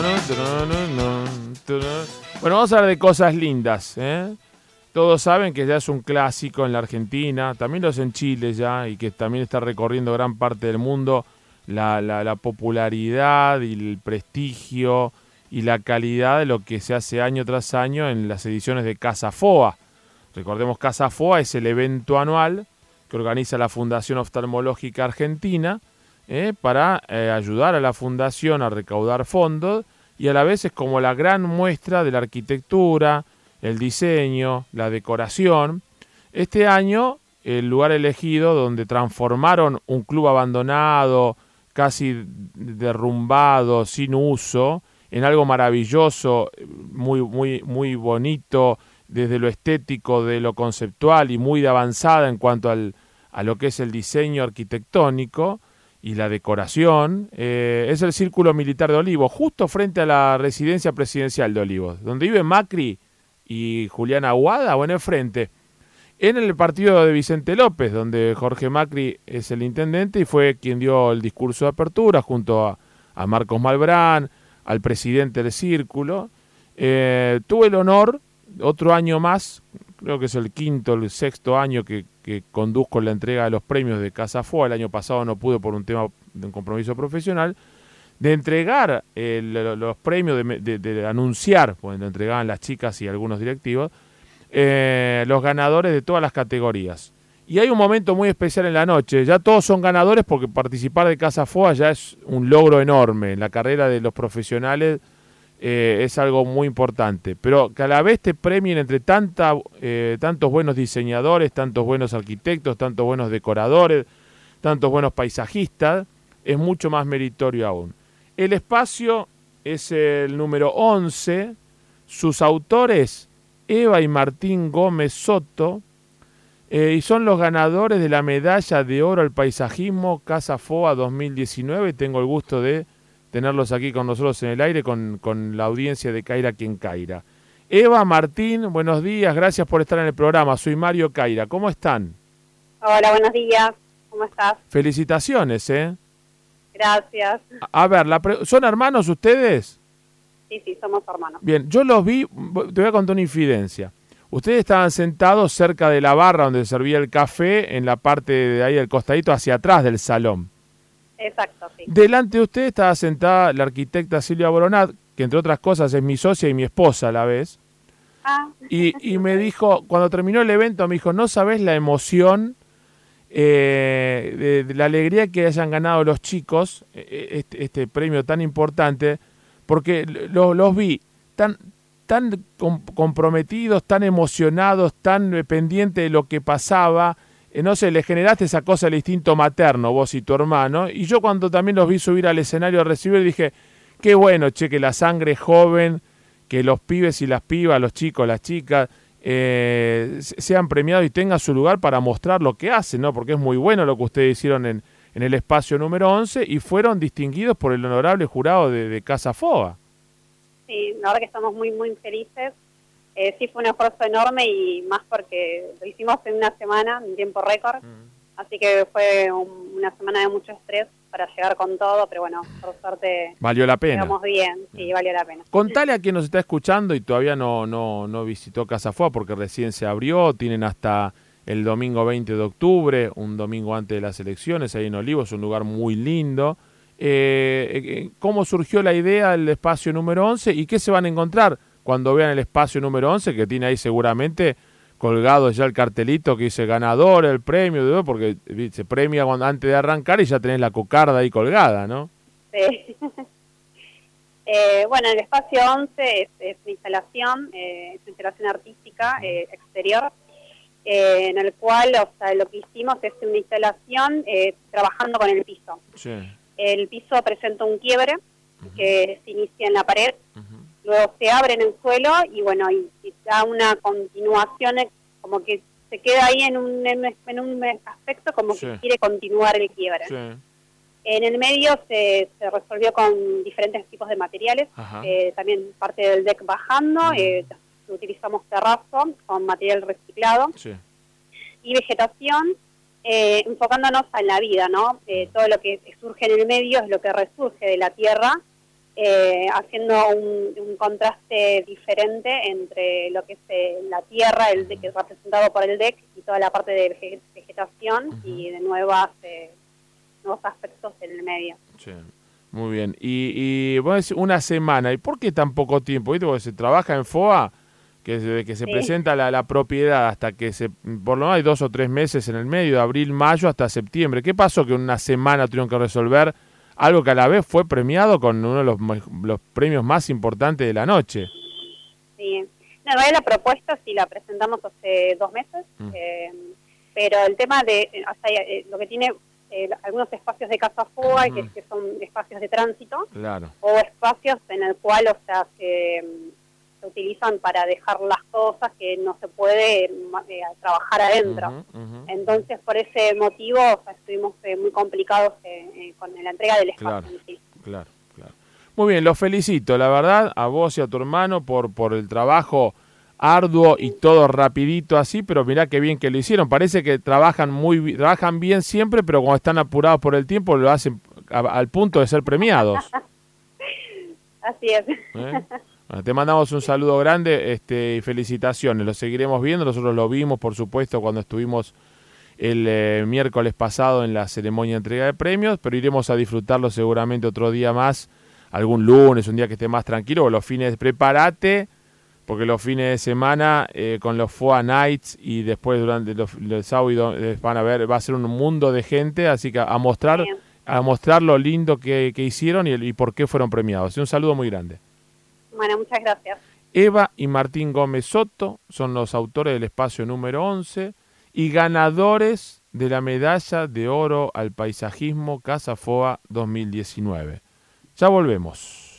Bueno, vamos a hablar de cosas lindas, ¿eh? Todos saben que ya es un clásico en la Argentina, también lo es en Chile ya, y que también está recorriendo gran parte del mundo la popularidad y el prestigio y la calidad de lo que se hace año tras año en las ediciones de Casa FOA. Recordemos, Casa FOA es el evento anual que organiza la Fundación Oftalmológica Argentina para ayudar a la fundación a recaudar fondos, y a la vez es como la gran muestra de la arquitectura, el diseño, la decoración. Este año, el lugar elegido donde transformaron un club abandonado, casi derrumbado, sin uso, en algo maravilloso, muy bonito, desde lo estético, de lo conceptual y muy de avanzada en cuanto a lo que es el diseño arquitectónico y la decoración, es el Círculo Militar de Olivos, justo frente a la residencia presidencial de Olivos, donde vive Macri y Julián Aguada, o en el frente, en el partido de Vicente López, donde Jorge Macri es el intendente y fue quien dio el discurso de apertura junto a Marcos Malbrán, al presidente del Círculo. Tuve el honor, otro año más, creo que es el quinto, el sexto año que conduzco la entrega de los premios de Casa FOA. El año pasado no pude por un tema de un compromiso profesional, de entregar los premios, de anunciar, pues lo entregaban las chicas y algunos directivos, los ganadores de todas las categorías. Y hay un momento muy especial en la noche, ya todos son ganadores porque participar de Casa FOA ya es un logro enorme. En la carrera de los profesionales es algo muy importante, pero que a la vez te premien entre tantos buenos diseñadores, tantos buenos arquitectos, tantos buenos decoradores, tantos buenos paisajistas, es mucho más meritorio aún. El espacio es el número 11, sus autores Eva y Martín Gómez Soto, y son los ganadores de la medalla de oro al paisajismo Casa FOA 2019. Tengo el gusto de tenerlos aquí con nosotros en el aire, con la audiencia de Caira quien Caira. Eva, Martín, buenos días, gracias por estar en el programa. Soy Mario Caira, ¿cómo están? Hola, buenos días, ¿cómo estás? Felicitaciones, Gracias. A ver, ¿son hermanos ustedes? Sí, somos hermanos. Bien, yo los vi, te voy a contar una infidencia. Ustedes estaban sentados cerca de la barra donde se servía el café, en la parte de ahí del costadito, hacia atrás del salón. Exacto, sí. Delante de usted estaba sentada la arquitecta Silvia Boronat, que entre otras cosas es mi socia y mi esposa a la vez. Y me dijo, cuando terminó el evento, me dijo, no sabés la emoción, de la alegría que hayan ganado los chicos este premio tan importante, porque los vi tan comprometidos, tan emocionados, tan pendientes de lo que pasaba. No sé, le generaste esa cosa del instinto materno, vos y tu hermano. Y yo cuando también los vi subir al escenario a recibir, dije, qué bueno, que la sangre joven, que los pibes y las pibas, los chicos, las chicas, sean premiados y tengan su lugar para mostrar lo que hacen, ¿no? Porque es muy bueno lo que ustedes hicieron en el espacio número 11 y fueron distinguidos por el honorable jurado de Casa FOA. Sí, la verdad que estamos muy, muy felices. Sí, fue un esfuerzo enorme y más porque lo hicimos en una semana, en tiempo récord. Así que fue una semana de mucho estrés para llegar con todo, pero bueno, por suerte valió la pena. Llegamos bien, sí, valió la pena. Contale a quien nos está escuchando y todavía no visitó Casa FOA porque recién se abrió, tienen hasta el domingo 20 de octubre, un domingo antes de las elecciones, ahí en Olivos, un lugar muy lindo. ¿Cómo surgió la idea del espacio número 11 y qué se van a encontrar cuando vean el espacio número 11, que tiene ahí seguramente colgado ya el cartelito que dice ganador, el premio, porque se premia antes de arrancar y ya tenés la cocarda ahí colgada, ¿no? Sí. Bueno, el espacio 11 es una instalación artística exterior, en el cual, o sea, lo que hicimos es una instalación trabajando con el piso. Sí. El piso presenta un quiebre que se inicia en la pared, luego se abre en el suelo y bueno, y da una continuación, como que se queda ahí en un aspecto como que quiere continuar el quiebre. Sí. En el medio se resolvió con diferentes tipos de materiales, también parte del deck bajando, utilizamos terrazo con material reciclado y vegetación, enfocándonos en la vida, ¿no? Todo lo que surge en el medio es lo que resurge de la tierra haciendo un contraste diferente entre lo que es la tierra, que es representado por el deck, y toda la parte de vegetación y de nuevos aspectos en el medio. Sí. Muy bien. Y vos decís una semana. ¿Y por qué tan poco tiempo? ¿Viste? Porque se trabaja en FOA, que desde que se presenta la propiedad hasta que por lo menos hay 2 o 3 meses en el medio, de abril, mayo hasta septiembre. ¿Qué pasó que en una semana tuvieron que resolver algo que a la vez fue premiado con uno de los premios más importantes de la noche? Sí. No, la propuesta sí la presentamos hace 2 meses, pero el tema de lo que tiene algunos espacios de Casa FOA, que son espacios de tránsito, claro, o espacios en el cual, o sea, se utilizan para dejar las cosas que no se puede trabajar adentro. Entonces, por ese motivo, o sea, estuvimos muy complicados con la entrega del espacio en sí. Claro. Muy bien, los felicito, la verdad, a vos y a tu hermano por el trabajo arduo y todo rapidito así, pero mirá qué bien que lo hicieron. Parece que trabajan bien siempre, pero cuando están apurados por el tiempo lo hacen al punto de ser premiados. Así es. Bueno, te mandamos un saludo grande y felicitaciones. Lo seguiremos viendo, nosotros lo vimos, por supuesto, cuando estuvimos el miércoles pasado en la ceremonia de entrega de premios, pero iremos a disfrutarlo seguramente otro día más, algún lunes, un día que esté más tranquilo, o los fines, prepárate, porque los fines de semana con los FOA Nights y después durante los sábados van a ver, va a ser un mundo de gente, así que a mostrar lo lindo que hicieron y por qué fueron premiados. Un saludo muy grande. Bueno, muchas gracias. Eva y Martín Gómez Soto son los autores del espacio número 11 y ganadores de la medalla de oro al paisajismo Casa FOA 2019. Ya volvemos.